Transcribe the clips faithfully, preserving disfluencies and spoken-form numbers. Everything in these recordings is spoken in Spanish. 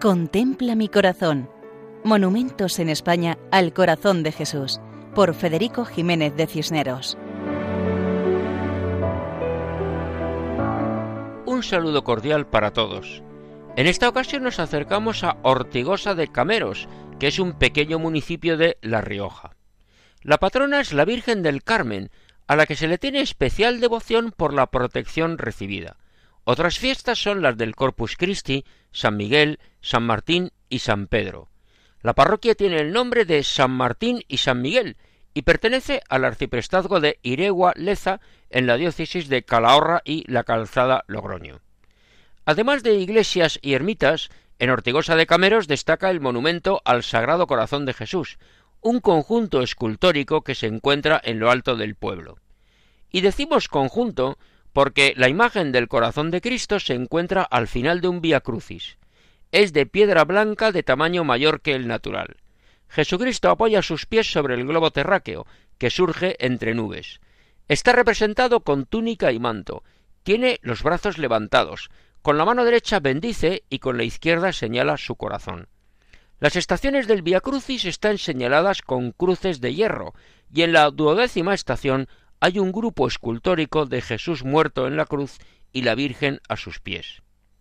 Contempla mi corazón. Monumentos en España al corazón de Jesús, por Federico Jiménez de Cisneros. Un saludo cordial para todos. En esta ocasión nos acercamos a Ortigosa de Cameros, que es un pequeño municipio de La Rioja. La patrona es la Virgen del Carmen, a la que se le tiene especial devoción por la protección recibida. Otras fiestas son las del Corpus Christi, San Miguel, San Martín y San Pedro. La parroquia tiene el nombre de San Martín y San Miguel y pertenece al arciprestazgo de Iregua-Leza en la diócesis de Calahorra y La Calzada, Logroño. Además de iglesias y ermitas, en Ortigosa de Cameros destaca el monumento al Sagrado Corazón de Jesús, un conjunto escultórico que se encuentra en lo alto del pueblo. Y decimos conjunto porque la imagen del corazón de Cristo se encuentra al final de un Vía Crucis. Es de piedra blanca de tamaño mayor que el natural. Jesucristo apoya sus pies sobre el globo terráqueo, que surge entre nubes. Está representado con túnica y manto. Tiene los brazos levantados. Con la mano derecha bendice y con la izquierda señala su corazón. Las estaciones del Vía Crucis están señaladas con cruces de hierro, y en la duodécima estación hay un grupo escultórico de Jesús muerto en la cruz y la Virgen a sus pies.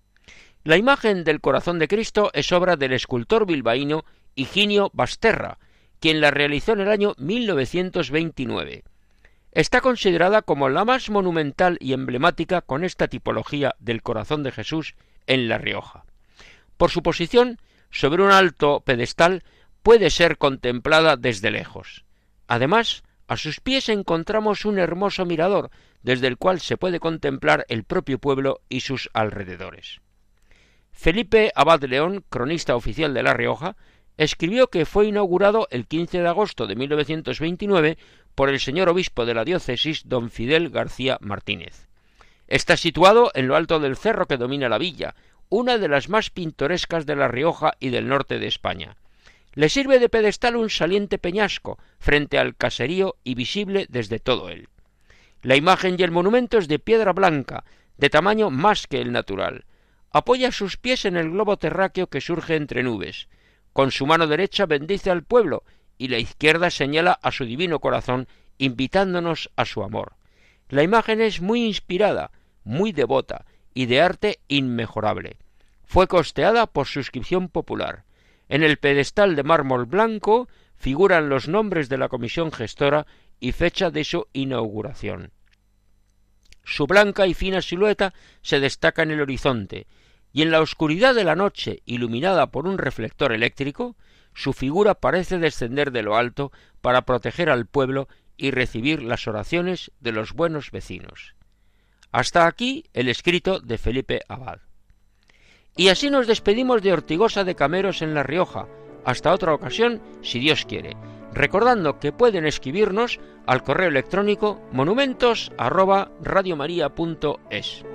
La imagen del corazón de Cristo es obra del escultor bilbaíno Higinio Basterra, quien la realizó en el año mil novecientos veintinueve. Está considerada como la más monumental y emblemática con esta tipología del corazón de Jesús en La Rioja. Por su posición, sobre un alto pedestal, puede ser contemplada desde lejos. Además, a sus pies encontramos un hermoso mirador, desde el cual se puede contemplar el propio pueblo y sus alrededores. Felipe Abad León, cronista oficial de La Rioja, escribió que fue inaugurado el quince de agosto de mil novecientos veintinueve por el señor obispo de la diócesis, don Fidel García Martínez. Está situado en lo alto del cerro que domina la villa, una de las más pintorescas de La Rioja y del norte de España. Le sirve de pedestal un saliente peñasco frente al caserío y visible desde todo él. La imagen y el monumento es de piedra blanca, de tamaño más que el natural. Apoya sus pies en el globo terráqueo que surge entre nubes. Con su mano derecha bendice al pueblo y la izquierda señala a su divino corazón, invitándonos a su amor. La imagen es muy inspirada, muy devota y de arte inmejorable. Fue costeada por suscripción popular. En el pedestal de mármol blanco figuran los nombres de la comisión gestora y fecha de su inauguración. Su blanca y fina silueta se destaca en el horizonte, y en la oscuridad de la noche, iluminada por un reflector eléctrico, su figura parece descender de lo alto para proteger al pueblo y recibir las oraciones de los buenos vecinos. Hasta aquí el escrito de Felipe Abad. Y así nos despedimos de Ortigosa de Cameros en La Rioja. Hasta otra ocasión, si Dios quiere, recordando que pueden escribirnos al correo electrónico monumentos arroba radiomaria punto es.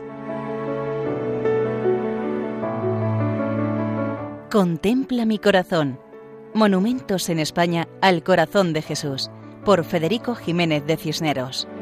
Contempla mi corazón. Monumentos en España al corazón de Jesús, por Federico Jiménez de Cisneros.